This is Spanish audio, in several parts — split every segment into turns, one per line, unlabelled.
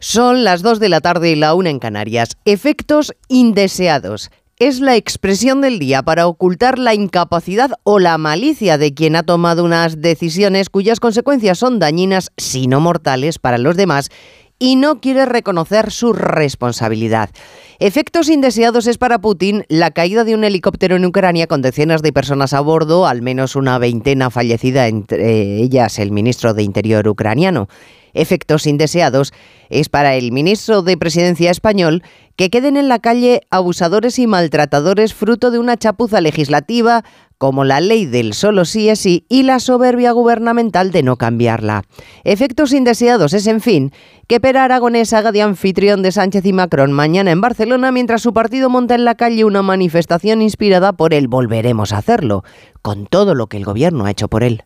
Son las 2 de la tarde y la 1 en Canarias. Efectos indeseados. Es la expresión del día para ocultar la incapacidad o la malicia de quien ha tomado unas decisiones cuyas consecuencias son dañinas, si no mortales, para los demás y no quiere reconocer su responsabilidad. Efectos indeseados es para Putin la caída de un helicóptero en Ucrania con decenas de personas a bordo, al menos una veintena fallecida, entre ellas el ministro de Interior ucraniano. Efectos indeseados es para el ministro de Presidencia español que queden en la calle abusadores y maltratadores fruto de una chapuza legislativa como la ley del solo sí es sí y la soberbia gubernamental de no cambiarla. Efectos indeseados es, en fin, que Pere Aragonés haga de anfitrión de Sánchez y Macron mañana en Barcelona mientras su partido monta en la calle una manifestación inspirada por el volveremos a hacerlo, con todo lo que el gobierno ha hecho por él.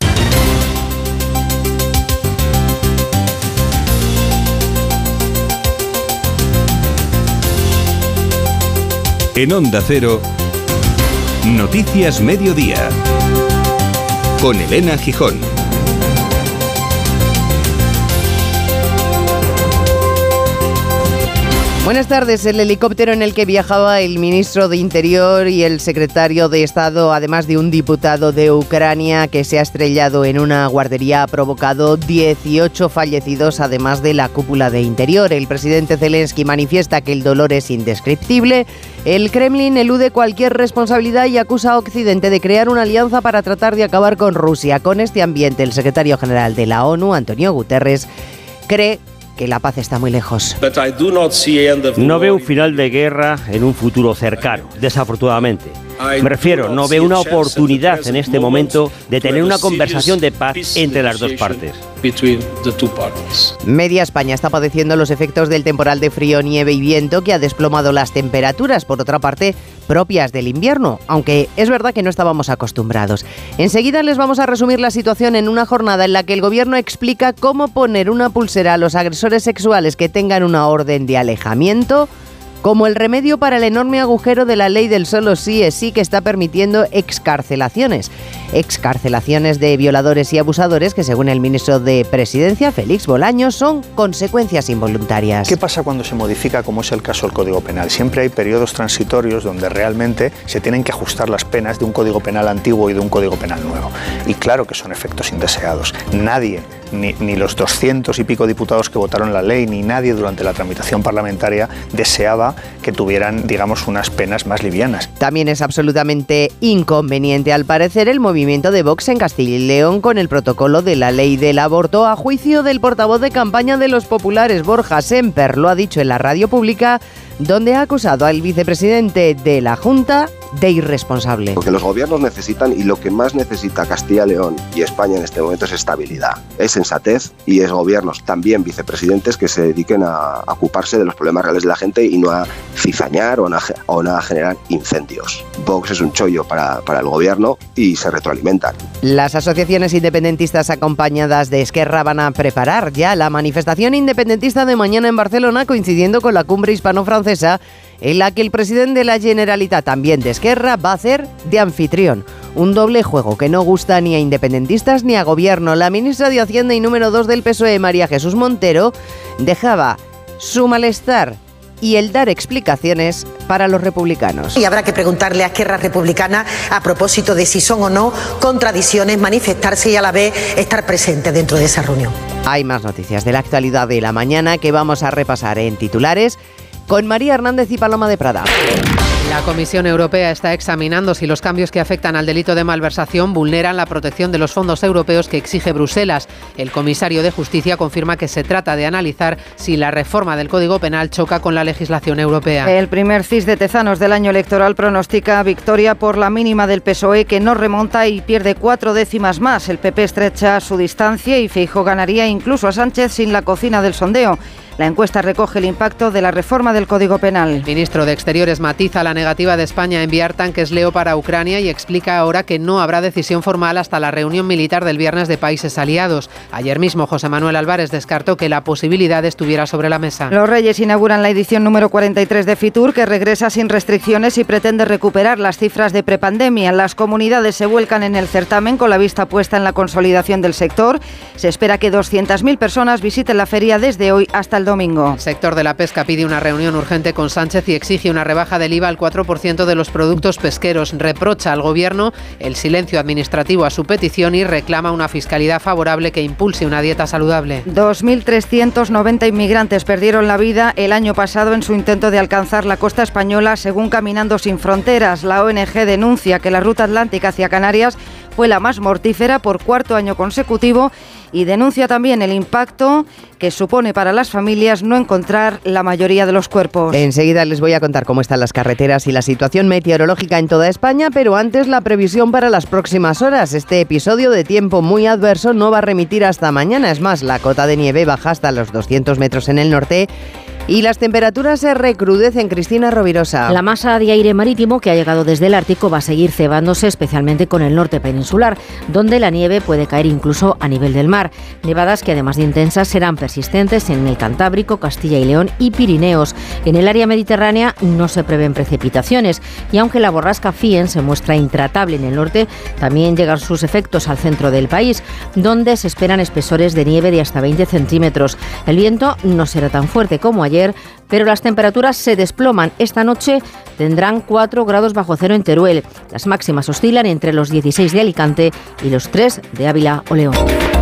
En Onda Cero, Noticias Mediodía, con Elena Gijón.
Buenas tardes. El helicóptero en el que viajaba el ministro de Interior y el secretario de Estado, además de un diputado de Ucrania que se ha estrellado en una guardería, ha provocado 18 fallecidos, además de la cúpula de Interior. El presidente Zelensky manifiesta que el dolor es indescriptible. El Kremlin elude cualquier responsabilidad y acusa a Occidente de crear una alianza para tratar de acabar con Rusia. Con este ambiente, el secretario general de la ONU, Antonio Guterres, cree que la paz está muy lejos.
No veo un final de guerra en un futuro cercano, desafortunadamente. Me refiero, no veo una oportunidad en este momento de tener una conversación de paz entre las dos partes.
Media España está padeciendo los efectos del temporal de frío, nieve y viento que ha desplomado las temperaturas, por otra parte, propias del invierno, aunque es verdad que no estábamos acostumbrados. Enseguida les vamos a resumir la situación en una jornada en la que el gobierno explica cómo poner una pulsera a los agresores sexuales que tengan una orden de alejamiento, como el remedio para el enorme agujero de la ley del solo sí es sí que está permitiendo excarcelaciones de violadores y abusadores que, según el ministro de Presidencia, Félix Bolaños, son consecuencias involuntarias.
¿Qué pasa cuando se modifica, como es el caso del Código Penal? Siempre hay periodos transitorios donde realmente se tienen que ajustar las penas de un Código Penal antiguo y de un Código Penal nuevo. Y claro que son efectos indeseados. Nadie, ni los 200 y pico diputados que votaron la ley, ni nadie durante la tramitación parlamentaria deseaba que tuvieran, digamos, unas penas más livianas.
También es absolutamente inconveniente, al parecer, el movimiento de Vox en Castilla y León con el protocolo de la ley del aborto, a juicio del portavoz de campaña de los populares, Borja Semper. Lo ha dicho en la radio pública, donde ha acusado al vicepresidente de la Junta de irresponsable.
Lo que los gobiernos necesitan y lo que más necesita Castilla y León y España en este momento es estabilidad, es sensatez y es gobiernos, también vicepresidentes, que se dediquen a ocuparse de los problemas reales de la gente y no a cizañar o a generar incendios. Vox es un chollo para el gobierno y se retroalimentan.
Las asociaciones independentistas acompañadas de Esquerra van a preparar ya la manifestación independentista de mañana en Barcelona, coincidiendo con la cumbre hispano-francesa, en la que el presidente de la Generalitat, también de Esquerra, va a hacer de anfitrión. Un doble juego que no gusta ni a independentistas ni a gobierno. La ministra de Hacienda y número 2 del PSOE, María Jesús Montero, dejaba su malestar y el dar explicaciones para los republicanos.
Y habrá que preguntarle a Esquerra Republicana a propósito de si son o no contradicciones manifestarse y a la vez estar presente dentro de esa reunión.
Hay más noticias de la actualidad de la mañana que vamos a repasar en titulares con María Hernández y Paloma de Prada.
La Comisión Europea está examinando si los cambios que afectan al delito de malversación vulneran la protección de los fondos europeos que exige Bruselas. El comisario de Justicia confirma que se trata de analizar si la reforma del Código Penal choca con la legislación europea.
El primer CIS de Tezanos del año electoral pronostica victoria por la mínima del PSOE, que no remonta y pierde 4 décimas más. El PP estrecha su distancia y Feijóo ganaría incluso a Sánchez sin la cocina del sondeo. La encuesta recoge el impacto de la reforma del Código Penal.
El ministro de Exteriores matiza la negativa de España a enviar tanques Leopard a Ucrania y explica ahora que no habrá decisión formal hasta la reunión militar del viernes de países aliados. Ayer mismo José Manuel Álvarez descartó que la posibilidad estuviera sobre la mesa.
Los Reyes inauguran la edición número 43 de Fitur, que regresa sin restricciones y pretende recuperar las cifras de prepandemia. Las comunidades se vuelcan en el certamen con la vista puesta en la consolidación del sector. Se espera que 200.000 personas visiten la feria desde hoy hasta el domingo.
El sector de la pesca pide una reunión urgente con Sánchez y exige una rebaja del IVA al 4% de los productos pesqueros. Reprocha al Gobierno el silencio administrativo a su petición y reclama una fiscalidad favorable que impulse una dieta saludable.
2.390 inmigrantes perdieron la vida el año pasado en su intento de alcanzar la costa española, según Caminando sin Fronteras. La ONG denuncia que la ruta atlántica hacia Canarias fue la más mortífera por cuarto año consecutivo y denuncia también el impacto que supone para las familias no encontrar la mayoría de los cuerpos.
Enseguida les voy a contar cómo están las carreteras y la situación meteorológica en toda España, pero antes la previsión para las próximas horas. Este episodio de tiempo muy adverso no va a remitir hasta mañana. Es más, la cota de nieve baja hasta los 200 metros en el norte y las temperaturas se recrudecen. Cristina Rovirosa.
La masa de aire marítimo que ha llegado desde el Ártico va a seguir cebándose, especialmente con el norte peninsular, donde la nieve puede caer incluso a nivel del mar. Nevadas que, además de intensas, serán persistentes en el Cantábrico, Castilla y León y Pirineos. En el área mediterránea no se prevén precipitaciones y aunque la borrasca Fien se muestra intratable en el norte, también llegan sus efectos al centro del país, donde se esperan espesores de nieve de hasta 20 centímetros. El viento no será tan fuerte como ayer, pero las temperaturas se desploman. Esta noche tendrán 4 grados bajo cero en Teruel. Las máximas oscilan entre los 16 de Alicante y los 3 de Ávila o León.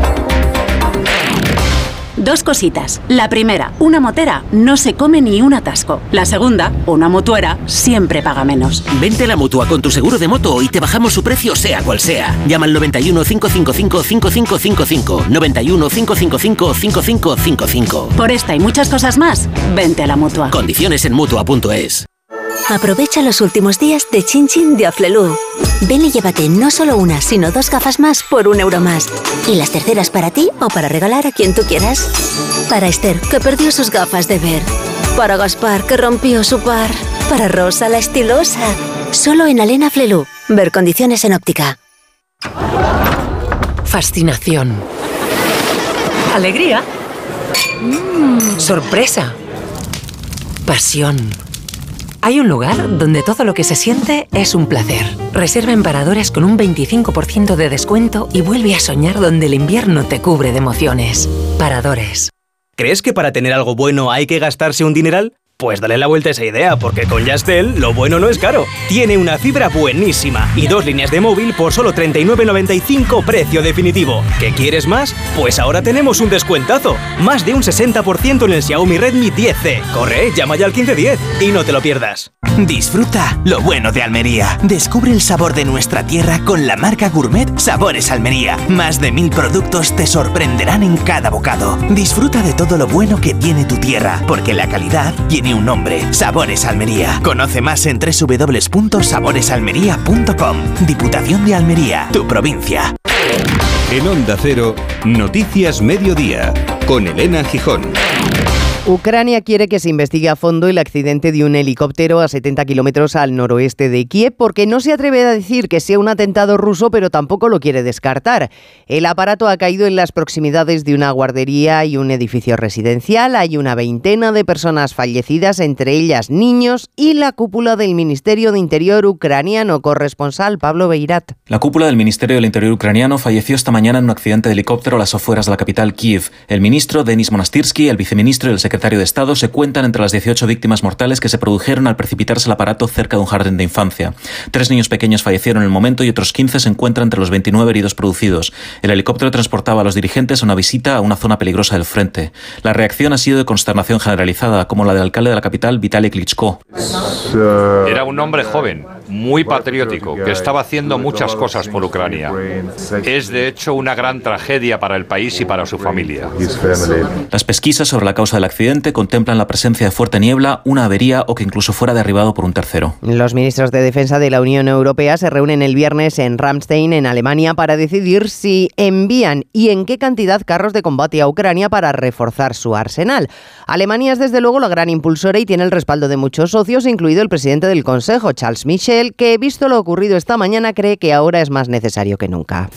Dos cositas. La primera, una motera no se come ni un atasco. La segunda, una mutuera siempre paga menos.
Vente a la Mutua con tu seguro de moto y te bajamos su precio sea cual sea. Llama al 91 555 5555. 91 555 5555.
Por esta y muchas cosas más, vente a la Mutua.
Condiciones en Mutua.es.
Aprovecha los últimos días de Chin Chin de Aflelu. Ven y llévate no solo una, sino 2 gafas más por €1 más. Y las terceras para ti o para regalar a quien tú quieras. Para Esther, que perdió sus gafas de ver. Para Gaspar, que rompió su par. Para Rosa, la estilosa. Solo en Alena Aflelu. Ver condiciones en óptica.
Fascinación. Alegría. Sorpresa. Pasión. Hay un lugar donde todo lo que se siente es un placer. Reserva en Paradores con un 25% de descuento y vuelve a soñar donde el invierno te cubre de emociones. Paradores.
¿Crees que para tener algo bueno hay que gastarse un dineral? Pues dale la vuelta a esa idea, porque con Yastel lo bueno no es caro. Tiene una fibra buenísima y 2 líneas de móvil por solo 39,95 precio definitivo. ¿Qué quieres más? Pues ahora tenemos un descuentazo. Más de un 60% en el Xiaomi Redmi 10C. Corre, llama ya al 1510 y no te lo pierdas.
Disfruta lo bueno de Almería. Descubre el sabor de nuestra tierra con la marca Gourmet Sabores Almería. Más de 1000 productos te sorprenderán en cada bocado. Disfruta de todo lo bueno que tiene tu tierra, porque la calidad tiene un nombre: Sabores Almería. Conoce más en www.saboresalmería.com. Diputación de Almería, tu provincia.
En Onda Cero, Noticias Mediodía, con Elena Gijón.
Ucrania quiere que se investigue a fondo el accidente de un helicóptero a 70 kilómetros al noroeste de Kiev, porque no se atreve a decir que sea un atentado ruso, pero tampoco lo quiere descartar. El aparato ha caído en las proximidades de una guardería y un edificio residencial. Hay una veintena de personas fallecidas, entre ellas niños, y la cúpula del Ministerio de Interior ucraniano. Corresponsal Pablo Beirat.
La cúpula del Ministerio del Interior ucraniano falleció esta mañana en un accidente de helicóptero a las afueras de la capital Kiev. El ministro Denis Monastyrsky, el viceministro y el secretario de Estado se cuentan entre las 18 víctimas mortales que se produjeron al precipitarse el aparato cerca de un jardín de infancia. 3 niños pequeños fallecieron en el momento y otros 15 se encuentran entre los 29 heridos producidos. El helicóptero transportaba a los dirigentes a una visita a una zona peligrosa del frente. La reacción ha sido de consternación generalizada, como la del alcalde de la capital, Vitaly Klitschko.
Era un hombre joven, muy patriótico, que estaba haciendo muchas cosas por Ucrania. Es de hecho una gran tragedia para el país y para su familia.
Las pesquisas sobre la causa del accidente contemplan la presencia de fuerte niebla, una avería o que incluso fuera derribado por un tercero.
Los ministros de Defensa de la Unión Europea se reúnen el viernes en Ramstein, en Alemania, para decidir si envían y en qué cantidad carros de combate a Ucrania para reforzar su arsenal. Alemania es desde luego la gran impulsora y tiene el respaldo de muchos socios, incluido el presidente del Consejo, Charles Michel, que, visto lo ocurrido esta mañana, cree que ahora es más necesario que nunca.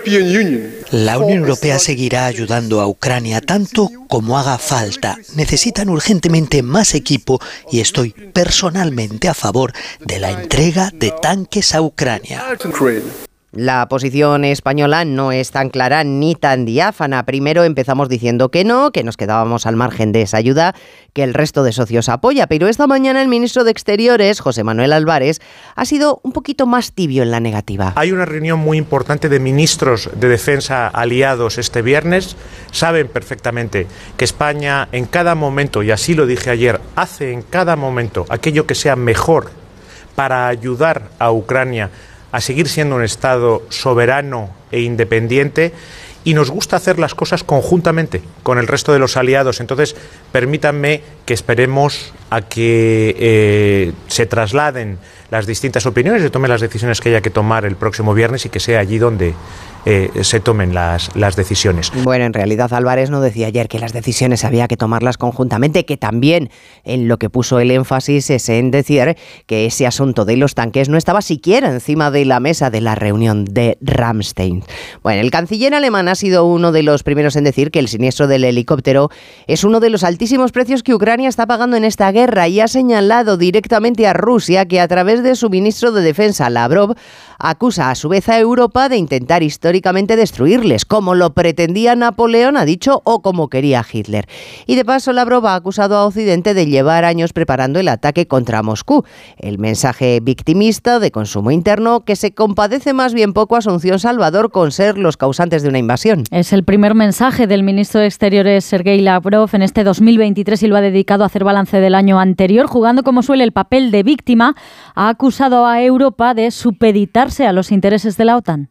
La Unión Europea seguirá ayudando a Ucrania tanto como haga falta. Necesitan urgentemente más equipo y estoy personalmente a favor de la entrega de tanques a Ucrania.
La posición española no es tan clara ni tan diáfana. Primero empezamos diciendo que no, que nos quedábamos al margen de esa ayuda, que el resto de socios apoya. Pero esta mañana el ministro de Exteriores, José Manuel Álvarez, ha sido un poquito más tibio en la negativa.
Hay una reunión muy importante de ministros de defensa aliados este viernes. Saben perfectamente que España en cada momento, y así lo dije ayer, hace en cada momento aquello que sea mejor para ayudar a Ucrania a seguir siendo un Estado soberano e independiente, y nos gusta hacer las cosas conjuntamente con el resto de los aliados. Entonces, permítanme que esperemos a que se trasladen las distintas opiniones, se tomen las decisiones que haya que tomar el próximo viernes y que sea allí donde se tomen las decisiones.
Bueno, en realidad Álvarez no decía ayer que las decisiones había que tomarlas conjuntamente, que también en lo que puso el énfasis es en decir que ese asunto de los tanques no estaba siquiera encima de la mesa de la reunión de Ramstein. Bueno, el canciller alemán ha sido uno de los primeros en decir que el siniestro del helicóptero es uno de los altísimos precios que Ucrania está pagando en esta guerra, y ha señalado directamente a Rusia, que a través de su ministro de Defensa, Lavrov, acusa a su vez a Europa de intentar históricamente destruirles, como lo pretendía Napoleón, ha dicho, o como quería Hitler. Y de paso, Lavrov ha acusado a Occidente de llevar años preparando el ataque contra Moscú. El mensaje victimista de consumo interno, que se compadece más bien poco a Asunción Salvador con ser los causantes de una invasión.
Es el primer mensaje del ministro de Exteriores, Sergei Lavrov, en este 2023, y lo ha dedicado a hacer balance del año anterior. Jugando como suele el papel de víctima, ha acusado a Europa de supeditarse a los intereses de la OTAN.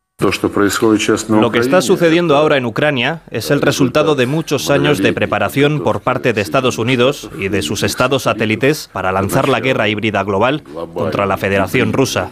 Lo que está sucediendo ahora en Ucrania es el resultado de muchos años de preparación por parte de Estados Unidos y de sus estados satélites para lanzar la guerra híbrida global contra la Federación Rusa.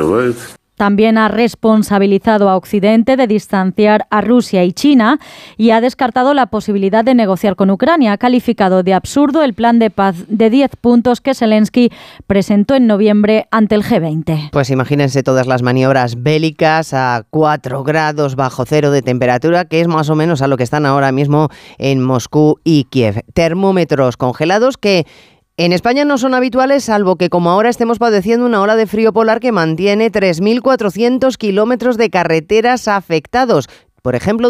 También ha responsabilizado a Occidente de distanciar a Rusia y China, y ha descartado la posibilidad de negociar con Ucrania. Ha calificado de absurdo el plan de paz de 10 puntos que Zelensky presentó en noviembre ante el G20.
Pues imagínense todas las maniobras bélicas a 4 grados bajo cero de temperatura, que es más o menos a lo que están ahora mismo en Moscú y Kiev. Termómetros congelados que en España no son habituales, salvo que como ahora estemos padeciendo una ola de frío polar que mantiene 3.400 kilómetros de carreteras afectados. Por ejemplo,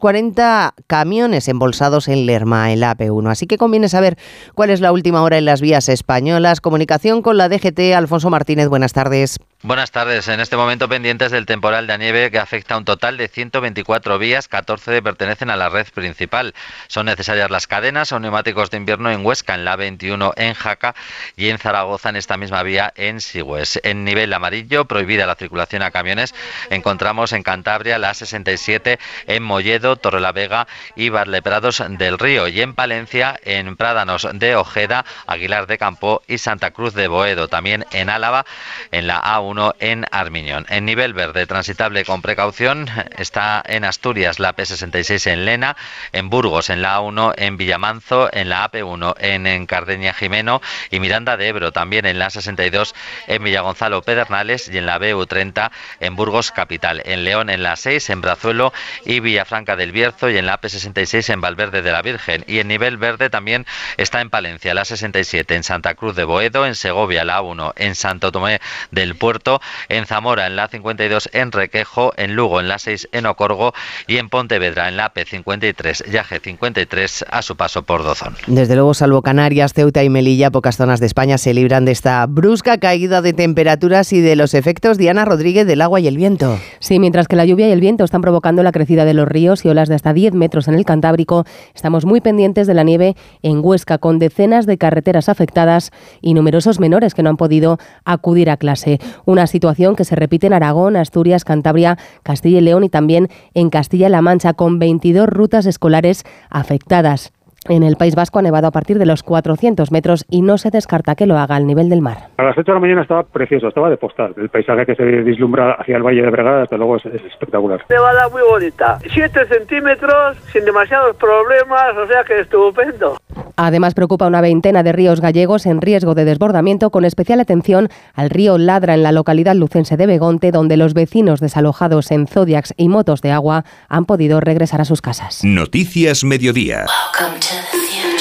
240 camiones embolsados en Lerma, el AP1. Así que conviene saber cuál es la última hora en las vías españolas. Comunicación con la DGT. Alfonso Martínez, buenas tardes.
Buenas tardes. En este momento pendientes del temporal de nieve que afecta a un total de 124 vías, 14 pertenecen a la red principal. Son necesarias las cadenas o neumáticos de invierno en Huesca, en la A21 en Jaca y en Zaragoza, en esta misma vía en Sigües. En nivel amarillo, prohibida la circulación a camiones, encontramos en Cantabria la A67 en Molledo, Torrelavega y Valdeprados del Río, y en Palencia, en Prádanos de Ojeda, Aguilar de Campo y Santa Cruz de Boedo. También en Álava, en la A1 en Armiñón. En nivel verde, transitable con precaución, está en Asturias la P66 en Lena, en Burgos en la A1 en Villamanzo, en la AP1 en Cardeña Jimeno y Miranda de Ebro, también en la A62 en Villagonzalo Pedernales y en la BU30 en Burgos capital. En León en la 6 en Brazuelo y Villafranca del Bierzo, y en la AP66 en Valverde de la Virgen. Y en nivel verde también está en Palencia la 67 en Santa Cruz de Boedo, en Segovia la A1 en Santo Tomé del Puerto, en Zamora en la 52 en Requejo, en Lugo en la 6 en Ocorgo y en Pontevedra en la P53 y AG53 a su paso por Dozón.
Desde luego, salvo Canarias, Ceuta y Melilla, pocas zonas de España se libran de esta brusca caída de temperaturas y de los efectos, Diana Rodríguez, del agua y el viento.
Sí, mientras que la lluvia y el viento están provocando la crecida de los ríos y olas de hasta 10 metros en el Cantábrico, estamos muy pendientes de la nieve en Huesca, con decenas de carreteras afectadas y numerosos menores que no han podido acudir a clase. Una situación que se repite en Aragón, Asturias, Cantabria, Castilla y León y también en Castilla-La Mancha, con 22 rutas escolares afectadas. En el País Vasco ha nevado a partir de los 400 metros y no se descarta que lo haga al nivel del mar.
A las 8 de la mañana estaba precioso, estaba de postal. El paisaje que se vislumbra hacia el Valle de Bregada, desde luego, es espectacular.
Nevada muy bonita, 7 centímetros, sin demasiados problemas, o sea que estupendo.
Además, preocupa una veintena de ríos gallegos en riesgo de desbordamiento, con especial atención al río Ladra en la localidad lucense de Begonte, donde los vecinos desalojados en Zodiacs y motos de agua han podido regresar a sus casas.
Noticias Mediodía.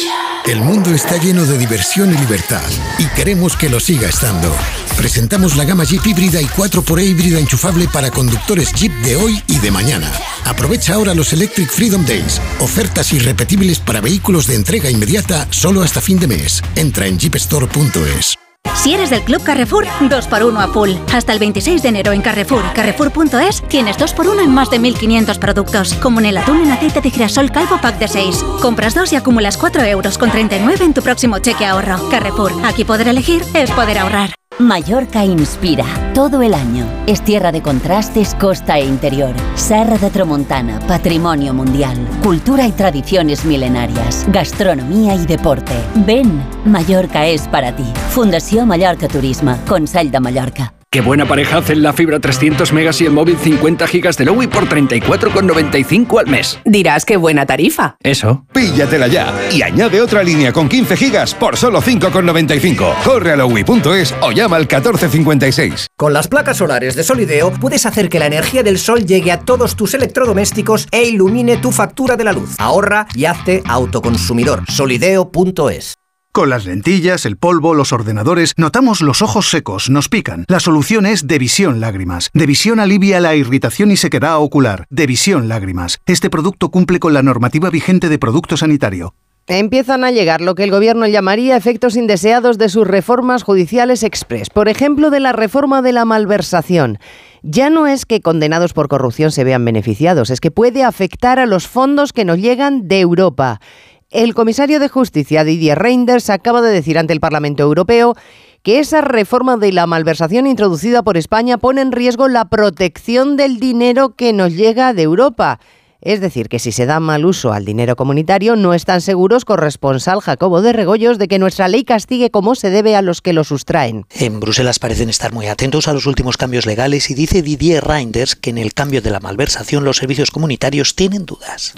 El mundo está lleno de diversión y libertad, y queremos que lo siga estando. Presentamos la gama Jeep híbrida y 4xE híbrida enchufable para conductores Jeep de hoy y de mañana. Aprovecha ahora los Electric Freedom Days, ofertas irrepetibles para vehículos de entrega inmediata solo hasta fin de mes. Entra en jeepstore.es.
Si eres del Club Carrefour, 2x1 a full. Hasta el 26 de enero en Carrefour y Carrefour.es tienes 2x1 en más de 1.500 productos, como en el atún en aceite de girasol Calvo Pack de 6. Compras 2 y acumulas 4,39 € en tu próximo cheque ahorro. Carrefour, aquí poder elegir es poder ahorrar.
Mallorca inspira todo el año. Es tierra de contrastes, costa e interior. Serra de Tramontana, patrimonio mundial. Cultura y tradiciones milenarias. Gastronomía y deporte. Ven, Mallorca es para ti. Fundació Mallorca Turisme, Consell de Mallorca.
Qué buena pareja hacen la fibra 300 megas y el móvil 50 gigas de Lowi por 34,95 al mes.
Dirás qué buena tarifa.
Eso.
Píllatela ya y añade otra línea con 15 gigas por solo 5,95. Corre a lowi.es o llama al 1456.
Con las placas solares de Solideo puedes hacer que la energía del sol llegue a todos tus electrodomésticos e ilumine tu factura de la luz. Ahorra y hazte autoconsumidor. Solideo.es.
Con las lentillas, el polvo, los ordenadores, notamos los ojos secos, nos pican. La solución es Devisión Lágrimas. Devisión alivia la irritación y sequedad ocular. Devisión Lágrimas. Este producto cumple con la normativa vigente de producto sanitario.
Empiezan a llegar lo que el gobierno llamaría efectos indeseados de sus reformas judiciales express. Por ejemplo, de la reforma de la malversación. Ya no es que condenados por corrupción se vean beneficiados, es que puede afectar a los fondos que nos llegan de Europa. El comisario de Justicia, Didier Reynders, acaba de decir ante el Parlamento Europeo que esa reforma de la malversación introducida por España pone en riesgo la protección del dinero que nos llega de Europa. Es decir, que si se da mal uso al dinero comunitario, no están seguros, corresponsal Jacobo de Regoyos, de que nuestra ley castigue como se debe a los que lo sustraen.
En Bruselas parecen estar muy atentos a los últimos cambios legales y dice Didier Reynders que en el cambio de la malversación los servicios comunitarios tienen dudas.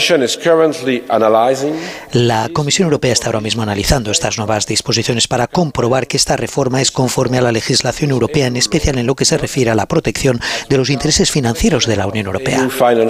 La Comisión Europea está ahora mismo analizando estas nuevas disposiciones para comprobar que esta reforma es conforme a la legislación europea, en especial en lo que se refiere a la protección de los intereses financieros de la Unión Europea.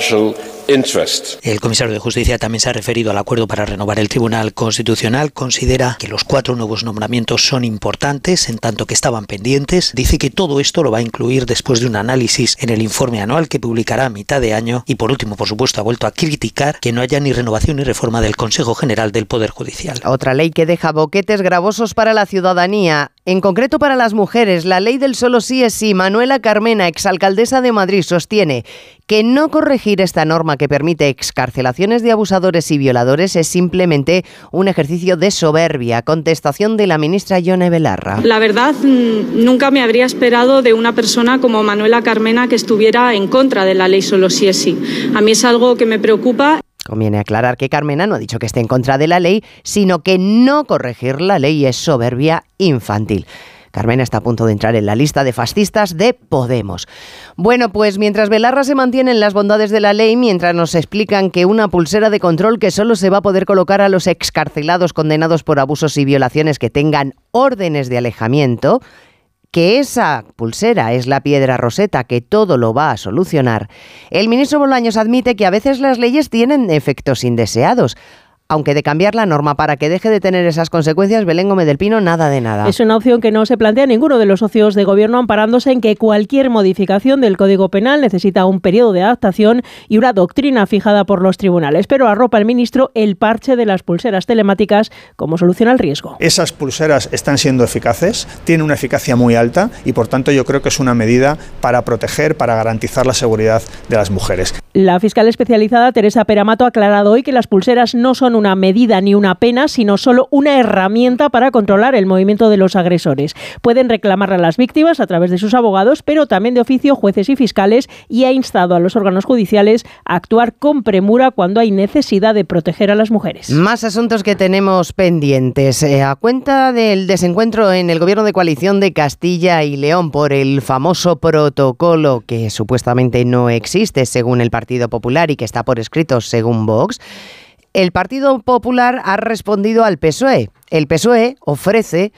El comisario de Justicia también se ha referido al acuerdo para renovar el Tribunal Constitucional. Considera que los 4 nuevos nombramientos son importantes, en tanto que estaban pendientes. Dice que todo esto lo va a incluir después de un análisis en el informe anual que publicará a mitad de año. Y por último, por supuesto, ha vuelto a criticar que no haya ni renovación ni reforma del Consejo General del Poder Judicial.
Otra ley que deja boquetes gravosos para la ciudadanía, en concreto para las mujeres. La ley del solo sí es sí. Manuela Carmena, exalcaldesa de Madrid, sostiene que no corregir esta norma que permite excarcelaciones de abusadores y violadores es simplemente un ejercicio de soberbia. Contestación de la ministra Yone Belarra.
La verdad, nunca me habría esperado de una persona como Manuela Carmena que estuviera en contra de la ley solo sí es sí. A mí es algo que me preocupa.
Conviene aclarar que Carmena no ha dicho que esté en contra de la ley, sino que no corregir la ley es soberbia infantil. Carmena está a punto de entrar en la lista de fascistas de Podemos. Bueno, pues mientras Belarra se mantiene en las bondades de la ley, mientras nos explican que una pulsera de control que solo se va a poder colocar a los excarcelados condenados por abusos y violaciones que tengan órdenes de alejamiento, que esa pulsera es la piedra roseta que todo lo va a solucionar, el ministro Bolaños admite que a veces las leyes tienen efectos indeseados. Aunque de cambiar la norma para que deje de tener esas consecuencias, Belén Gómez del Pino, nada de nada.
Es una opción que no se plantea ninguno de los socios de gobierno, amparándose en que cualquier modificación del Código Penal necesita un periodo de adaptación y una doctrina fijada por los tribunales. Pero arropa el ministro el parche de las pulseras telemáticas como solución al riesgo.
Esas pulseras están siendo eficaces, tienen una eficacia muy alta y por tanto yo creo que es una medida para proteger, para garantizar la seguridad de las mujeres.
La fiscal especializada Teresa Peramato ha aclarado hoy que las pulseras no son una medida ni una pena, sino solo una herramienta para controlar el movimiento de los agresores. Pueden reclamarla a las víctimas a través de sus abogados, pero también de oficio jueces y fiscales, y ha instado a los órganos judiciales a actuar con premura cuando hay necesidad de proteger a las mujeres.
Más asuntos que tenemos pendientes. A cuenta del desencuentro en el gobierno de coalición de Castilla y León por el famoso protocolo que supuestamente no existe según el Partido Popular y que está por escrito según Vox, el Partido Popular ha respondido al PSOE. El PSOE ofrece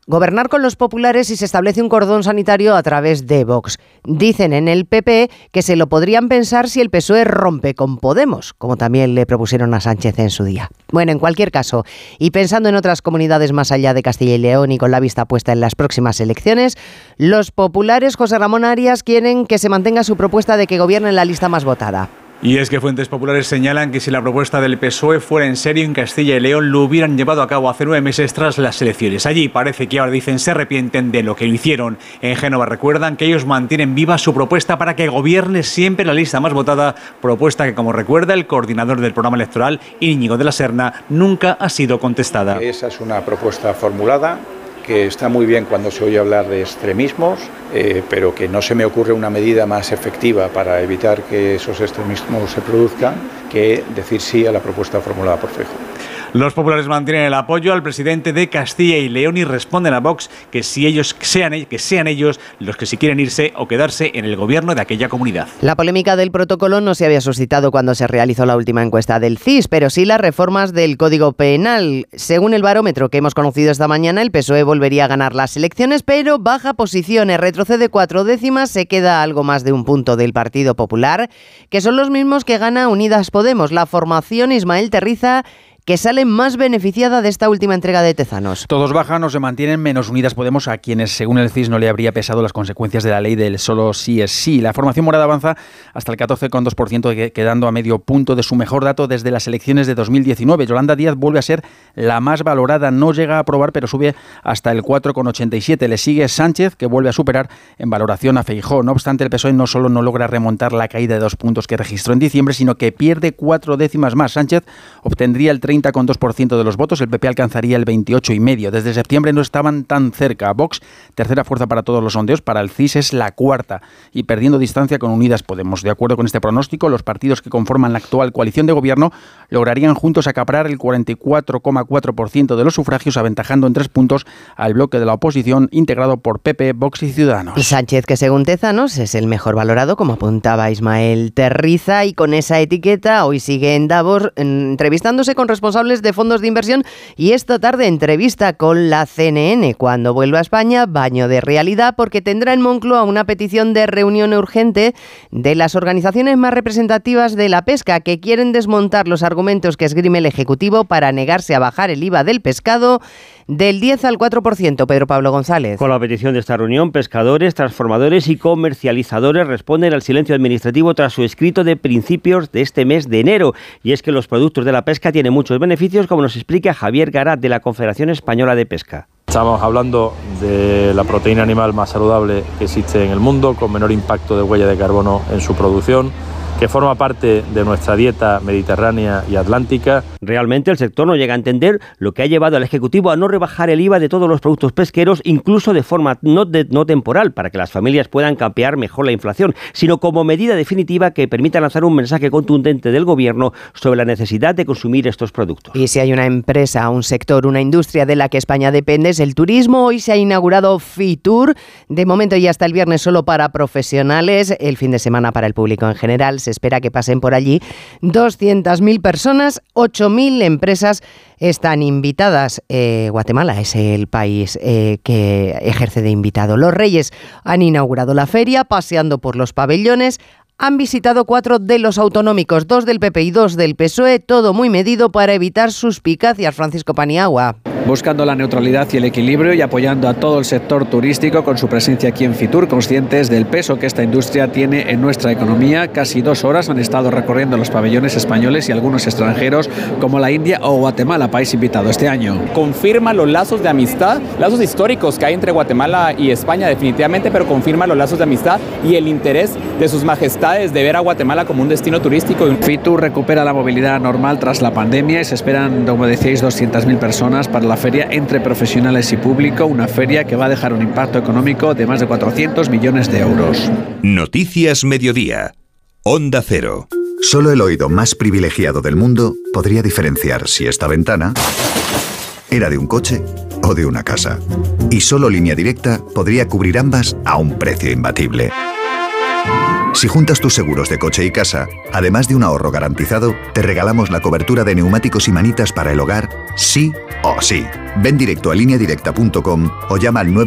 gobernar con los populares si se establece un cordón sanitario a través de Vox. Dicen en el PP que se lo podrían pensar si el PSOE rompe con Podemos, como también le propusieron a Sánchez en su día. Bueno, en cualquier caso, y pensando en otras comunidades más allá de Castilla y León y con la vista puesta en las próximas elecciones, los populares, José Ramón Arias, quieren que se mantenga su propuesta de que gobierne la lista más votada.
Y es que fuentes populares señalan que si la propuesta del PSOE fuera en serio en Castilla y León, lo hubieran llevado a cabo hace 9 meses tras las elecciones. Allí parece que ahora dicen se arrepienten de lo que hicieron. En Génova recuerdan que ellos mantienen viva su propuesta para que gobierne siempre la lista más votada, propuesta que, como recuerda el coordinador del programa electoral, Íñigo de la Serna, nunca ha sido contestada.
Esa es una propuesta formulada, que está muy bien cuando se oye hablar de extremismos, pero que no se me ocurre una medida más efectiva para evitar que esos extremismos se produzcan que decir sí a la propuesta formulada por Feijóo.
Los populares mantienen el apoyo al presidente de Castilla y León y responden a Vox que sean ellos los que si quieren irse o quedarse en el gobierno de aquella comunidad.
La polémica del protocolo no se había suscitado cuando se realizó la última encuesta del CIS, pero sí las reformas del Código Penal. Según el barómetro que hemos conocido esta mañana, el PSOE volvería a ganar las elecciones, pero baja posiciones, retrocede 4 décimas, se queda algo más de un punto del Partido Popular, que son los mismos que gana Unidas Podemos. La formación Ismael Terriza, que sale más beneficiada de esta última entrega de Tezanos.
Todos bajan o se mantienen, menos Unidas Podemos, a quienes, según el CIS, no le habría pesado las consecuencias de la ley del solo sí es sí. La formación morada avanza hasta el 14,2%, quedando a medio punto de su mejor dato desde las elecciones de 2019. Yolanda Díaz vuelve a ser la más valorada, no llega a aprobar, pero sube hasta el 4,87. Le sigue Sánchez, que vuelve a superar en valoración a Feijóo. No obstante, el PSOE no solo no logra remontar la caída de 2 puntos que registró en diciembre, sino que pierde 4 décimas más. Sánchez obtendría el 30,2% de los votos, el PP alcanzaría el 28,5%. Desde septiembre no estaban tan cerca. Vox, tercera fuerza para todos los sondeos, para el CIS es la cuarta y perdiendo distancia con Unidas Podemos. De acuerdo con este pronóstico, los partidos que conforman la actual coalición de gobierno lograrían juntos acaparar el 44,4% de los sufragios, aventajando en 3 puntos al bloque de la oposición integrado por PP, Vox y Ciudadanos.
Sánchez, que según Tezanos es el mejor valorado, como apuntaba Ismael Terriza, y con esa etiqueta hoy sigue en Davos entrevistándose con responsables de fondos de inversión y esta tarde entrevista con la CNN. Cuando vuelva a España, baño de realidad, porque tendrá en Moncloa una petición de reunión urgente de las organizaciones más representativas de la pesca, que quieren desmontar los argumentos que esgrime el Ejecutivo para negarse a bajar el IVA del pescado del 10 al 4%. Pedro Pablo González.
Con la petición de esta reunión, pescadores, transformadores y comercializadores responden al silencio administrativo tras su escrito de principios de este mes de enero. Y es que los productos de la pesca tienen muchos beneficios, como nos explica Javier Garat, de la Confederación Española de Pesca.
Estamos hablando de la proteína animal más saludable que existe en el mundo, con menor impacto de huella de carbono en su producción, que forma parte de nuestra dieta mediterránea y atlántica.
Realmente el sector no llega a entender lo que ha llevado al Ejecutivo a no rebajar el IVA de todos los productos pesqueros, incluso de forma no temporal, para que las familias puedan capear mejor la inflación, sino como medida definitiva que permita lanzar un mensaje contundente del Gobierno sobre la necesidad de consumir estos productos.
Y si hay una empresa, un sector, una industria de la que España depende, es el turismo. Hoy se ha inaugurado Fitur, de momento y hasta el viernes solo para profesionales, el fin de semana para el público en general. Se espera que pasen por allí 200.000 personas, 8.000 empresas están invitadas. Guatemala es el país que ejerce de invitado. Los Reyes han inaugurado la feria, paseando por los pabellones. Han visitado 4 de los autonómicos, 2 del PP y 2 del PSOE, todo muy medido para evitar suspicacias. Francisco Paniagua.
Buscando la neutralidad y el equilibrio y apoyando a todo el sector turístico con su presencia aquí en Fitur, conscientes del peso que esta industria tiene en nuestra economía. Casi 2 horas han estado recorriendo los pabellones españoles y algunos extranjeros como la India o Guatemala, país invitado este año.
Confirma los lazos de amistad, lazos históricos que hay entre Guatemala y España definitivamente, pero confirma los lazos de amistad y el interés de sus majestades de ver a Guatemala como un destino turístico.
Fitur recupera la movilidad normal tras la pandemia y se esperan, como decíais, 200.000 personas para la feria entre profesionales y público, una feria que va a dejar un impacto económico de más de 400 millones de euros.
Noticias Mediodía. Onda Cero.
Solo el oído más privilegiado del mundo podría diferenciar si esta ventana era de un coche o de una casa. Y solo Línea Directa podría cubrir ambas a un precio imbatible. Si juntas tus seguros de coche y casa, además de un ahorro garantizado, te regalamos la cobertura de neumáticos y manitas para el hogar, sí Oh, sí. Ven directo a lineadirecta.com o llama al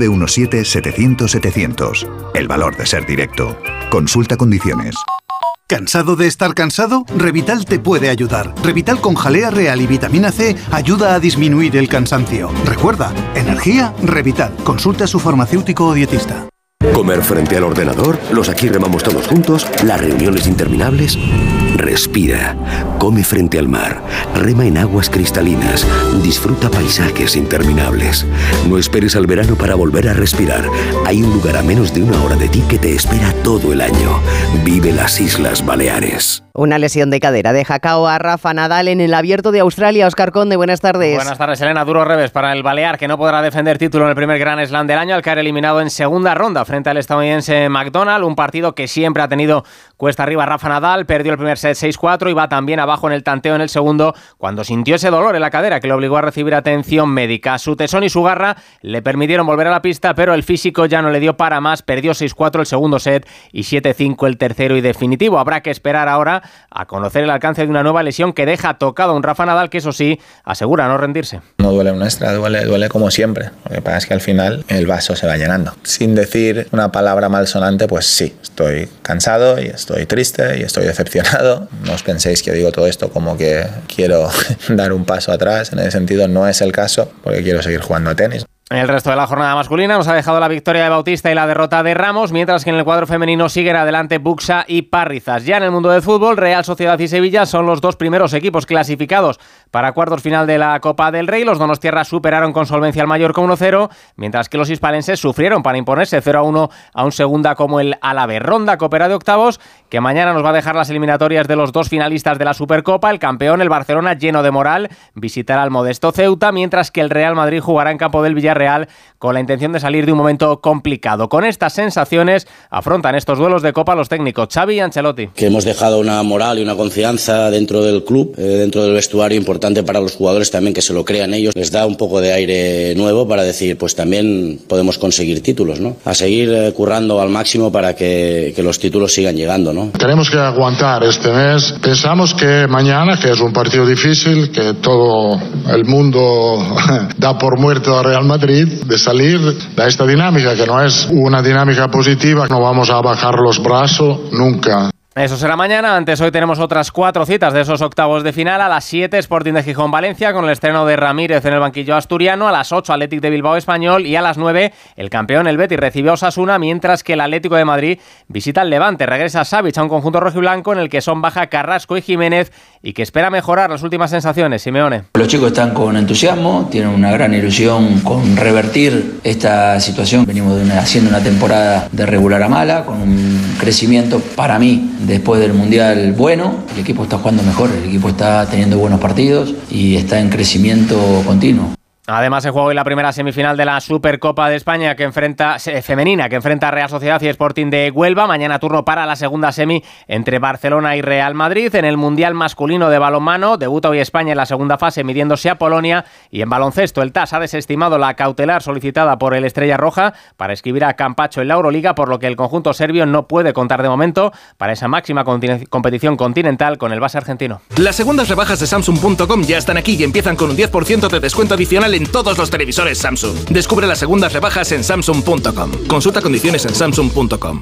917-700-700. El valor de ser directo. Consulta condiciones.
¿Cansado de estar cansado? Revital te puede ayudar. Revital con jalea real y vitamina C ayuda a disminuir el cansancio. Recuerda, energía, Revital. Consulta a su farmacéutico o dietista.
Comer frente al ordenador, los aquí remamos todos juntos, las reuniones interminables. Respira, come frente al mar, rema en aguas cristalinas, disfruta paisajes interminables. No esperes al verano para volver a respirar. Hay un lugar a menos de 1 hora de ti que te espera todo el año. Vive las Islas Baleares.
Una lesión de cadera deja KO a Rafa Nadal en el Abierto de Australia. Óscar Conde, buenas tardes.
Buenas tardes, Elena. Duro revés para el balear, que no podrá defender título en el primer Grand Slam del año al caer eliminado en segunda ronda frente al estadounidense McDonald. Un partido que siempre ha tenido cuesta arriba Rafa Nadal. Perdió el primer set 6-4 y va también abajo en el tanteo en el segundo cuando sintió ese dolor en la cadera que le obligó a recibir atención médica. Su tesón y su garra le permitieron volver a la pista, pero el físico ya no le dio para más. Perdió 6-4 el segundo set y 7-5 el tercero y definitivo. Habrá que esperar ahora a conocer el alcance de una nueva lesión que deja tocado a un Rafa Nadal que, eso sí, asegura no rendirse.
No duele una extra, duele como siempre. Lo que pasa es que al final el vaso se va llenando. Sin decir una palabra malsonante, pues sí, estoy cansado y estoy triste y estoy decepcionado. No os penséis que digo todo esto como que quiero dar un paso atrás. En ese sentido no es el caso, porque quiero seguir jugando a tenis.
El resto de la jornada masculina nos ha dejado la victoria de Bautista y la derrota de Ramos, mientras que en el cuadro femenino siguen adelante Buxa y Parrizas. Ya en el mundo del fútbol, Real Sociedad y Sevilla son los dos primeros equipos clasificados para cuartos final de la Copa del Rey. Los donostiarras superaron con solvencia al Mallorca 1-0, mientras que los hispalenses sufrieron para imponerse 0-1 a un segunda como el Alavés. Ronda Copera de octavos, que mañana nos va a dejar las eliminatorias de los dos finalistas de la Supercopa. El campeón, el Barcelona, lleno de moral, visitará al modesto Ceuta, mientras que el Real Madrid jugará en campo del Villarreal con la intención de salir de un momento complicado. Con estas sensaciones afrontan estos duelos de Copa los técnicos Xavi y Ancelotti.
Que hemos dejado una moral y una confianza dentro del club, dentro del vestuario, importante para los jugadores también que se lo crean ellos. Les da un poco de aire nuevo para decir, pues también podemos conseguir títulos, ¿no? A seguir currando al máximo para que los títulos sigan llegando, ¿no?
Tenemos que aguantar este mes. Pensamos que mañana, que es un partido difícil, que todo el mundo da por muerto a Real Madrid, de salir de esta dinámica, que no es una dinámica positiva. No vamos a bajar los brazos nunca.
Eso será mañana. Antes, hoy tenemos otras 4 citas de esos octavos de final. A las 7, Sporting de Gijón-Valencia, con el estreno de Ramírez en el banquillo asturiano. A las 8, Athletic de Bilbao-Español. Y a las 9, el campeón, el Betis, recibe a Osasuna, mientras que el Atlético de Madrid visita el Levante. Regresa Savic a un conjunto rojiblanco en el que son baja Carrasco y Jiménez y que espera mejorar las últimas sensaciones. Simeone.
Los chicos están con entusiasmo, tienen una gran ilusión con revertir esta situación. Venimos haciendo una temporada de regular a mala, con un crecimiento para mí después del Mundial bueno. El equipo está jugando mejor, el equipo está teniendo buenos partidos y está en crecimiento continuo.
Además, se juega hoy la primera semifinal de la Supercopa de España femenina, que enfrenta a Real Sociedad y Sporting de Huelva. Mañana turno para la segunda semi entre Barcelona y Real Madrid. En el Mundial masculino de balonmano debuta hoy España en la segunda fase midiéndose a Polonia. Y en baloncesto, el TAS ha desestimado la cautelar solicitada por el Estrella Roja para escribir a Campacho en la Euroliga, por lo que el conjunto serbio no puede contar de momento para esa máxima competición continental con el base argentino.
Las segundas rebajas de Samsung.com ya están aquí y empiezan con un 10% de descuento adicional en todos los televisores Samsung. Descubre las segundas rebajas en Samsung.com. Consulta condiciones en Samsung.com.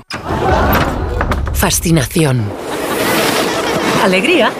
Fascinación. Alegría.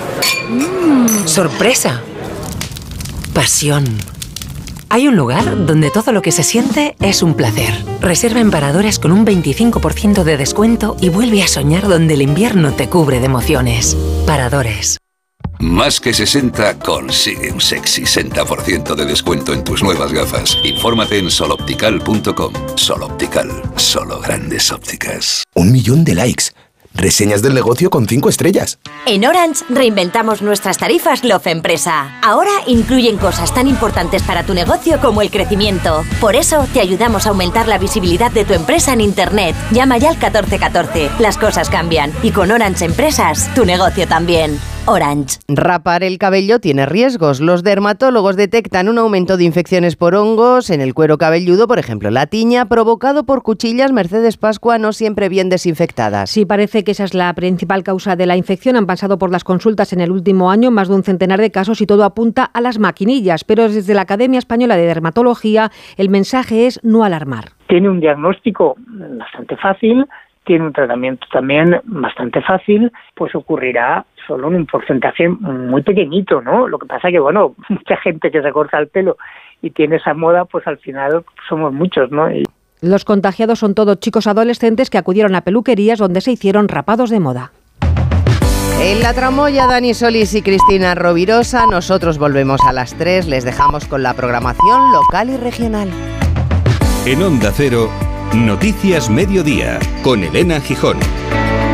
Sorpresa. Pasión. Hay un lugar donde todo lo que se siente es un placer. Reserva en Paradores con un 25% de descuento y vuelve a soñar donde el invierno te cubre de emociones. Paradores.
Más que 60 consigue un sexy 60% de descuento en tus nuevas gafas. Infórmate en soloptical.com. Soloptical, solo grandes ópticas.
1 millón de likes. Reseñas del negocio con 5 estrellas.
En Orange reinventamos nuestras tarifas Love Empresa. Ahora incluyen cosas tan importantes para tu negocio como el crecimiento. Por eso te ayudamos a aumentar la visibilidad de tu empresa en Internet. Llama ya al 1414. Las cosas cambian y con Orange Empresas tu negocio también. Orange.
Rapar el cabello tiene riesgos. Los dermatólogos detectan un aumento de infecciones por hongos en el cuero cabelludo, por ejemplo, la tiña, provocado por cuchillas Mercedes Pascua no siempre bien desinfectadas.
Sí, parece que esa es la principal causa de la infección. Han pasado por las consultas en el último año más de un centenar de casos y todo apunta a las maquinillas. Pero desde la Academia Española de Dermatología, el mensaje es no alarmar.
Tiene un diagnóstico bastante fácil, tiene un tratamiento también bastante fácil, pues ocurrirá solo en un porcentaje muy pequeñito, ¿no? Lo que pasa que, bueno, mucha gente que se corta el pelo y tiene esa moda, pues al final somos muchos, ¿no?
Los contagiados son todos chicos adolescentes que acudieron a peluquerías donde se hicieron rapados de moda.
En La Tramoya, Dani Solís y Cristina Rovirosa. Nosotros volvemos a las 3. Les dejamos con la programación local y regional.
En Onda Cero, Noticias Mediodía, con Elena Gijón.